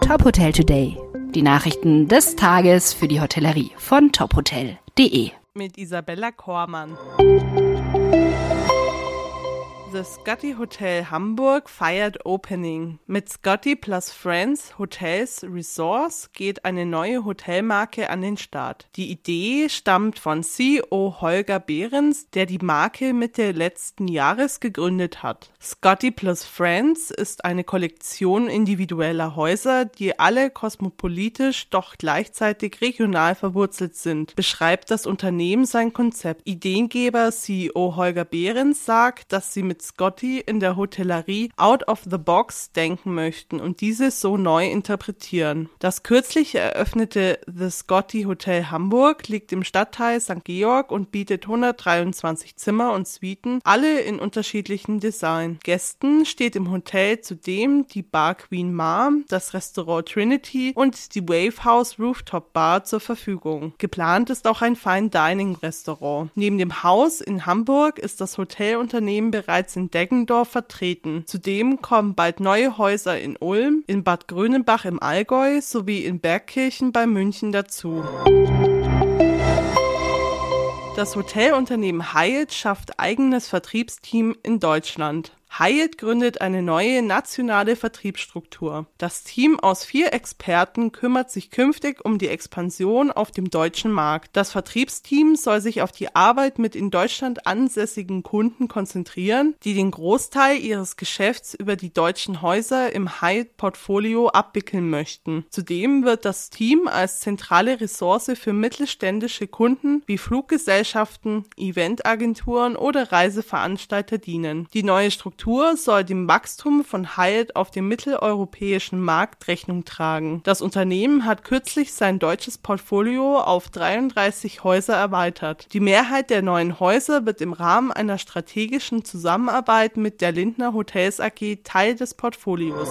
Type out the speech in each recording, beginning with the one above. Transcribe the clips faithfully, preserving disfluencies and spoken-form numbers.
Top Hotel Today. Die Nachrichten des Tages für die Hotellerie von top hotel punkt de. Mit Isabella Kormann. The Scotty Hotel Hamburg feiert Opening. Mit Scotty plus Friends Hotels Resorts geht eine neue Hotelmarke an den Start. Die Idee stammt von C E O Holger Behrens, der die Marke Mitte letzten Jahres gegründet hat. Scotty plus Friends ist eine Kollektion individueller Häuser, die alle kosmopolitisch, doch gleichzeitig regional verwurzelt sind, beschreibt das Unternehmen sein Konzept. Ideengeber C E O Holger Behrens sagt, dass sie mit Scotty in der Hotellerie out of the box denken möchten und dieses so neu interpretieren. Das kürzlich eröffnete The Scotty Hotel Hamburg liegt im Stadtteil Sankt Georg und bietet hundertdreiundzwanzig Zimmer und Suiten, alle in unterschiedlichen Design. Gästen steht im Hotel zudem die Bar Queen Ma, das Restaurant Trinity und die Wave House Rooftop Bar zur Verfügung. Geplant ist auch ein Fine Dining Restaurant. Neben dem Haus in Hamburg ist das Hotelunternehmen bereits in Deggendorf vertreten. Zudem kommen bald neue Häuser in Ulm, in Bad Grönenbach im Allgäu sowie in Bergkirchen bei München dazu. Das Hotelunternehmen Hyatt schafft eigenes Vertriebsteam in Deutschland. Hyatt gründet eine neue nationale Vertriebsstruktur. Das Team aus vier Experten kümmert sich künftig um die Expansion auf dem deutschen Markt. Das Vertriebsteam soll sich auf die Arbeit mit in Deutschland ansässigen Kunden konzentrieren, die den Großteil ihres Geschäfts über die deutschen Häuser im Hyatt-Portfolio abwickeln möchten. Zudem wird das Team als zentrale Ressource für mittelständische Kunden wie Fluggesellschaften, Eventagenturen oder Reiseveranstalter dienen. Die neue Struktur soll dem Wachstum von Hyatt auf dem mitteleuropäischen Markt Rechnung tragen. Das Unternehmen hat kürzlich sein deutsches Portfolio auf dreiunddreißig Häuser erweitert. Die Mehrheit der neuen Häuser wird im Rahmen einer strategischen Zusammenarbeit mit der Lindner Hotels A G Teil des Portfolios.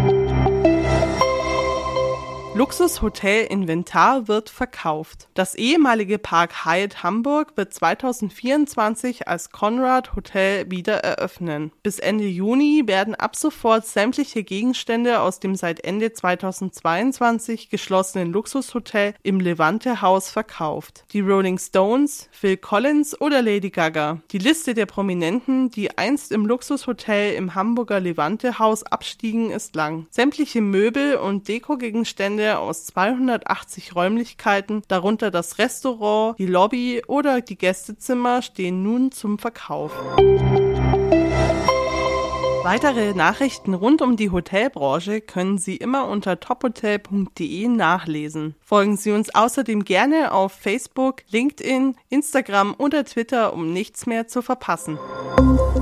Luxushotel-Inventar wird verkauft. Das ehemalige Park Hyatt Hamburg wird zweitausendvierundzwanzig als Conrad Hotel wieder eröffnen. Bis Ende Juni werden ab sofort sämtliche Gegenstände aus dem seit Ende zweitausendzweiundzwanzig geschlossenen Luxushotel im Levante Haus verkauft. Die Rolling Stones, Phil Collins oder Lady Gaga. Die Liste der Prominenten, die einst im Luxushotel im Hamburger Levante Haus abstiegen, ist lang. Sämtliche Möbel und Dekogegenstände aus zweihundertachtzig Räumlichkeiten, darunter das Restaurant, die Lobby oder die Gästezimmer, stehen nun zum Verkauf. Weitere Nachrichten rund um die Hotelbranche können Sie immer unter top hotel punkt de nachlesen. Folgen Sie uns außerdem gerne auf Facebook, LinkedIn, Instagram oder Twitter, um nichts mehr zu verpassen.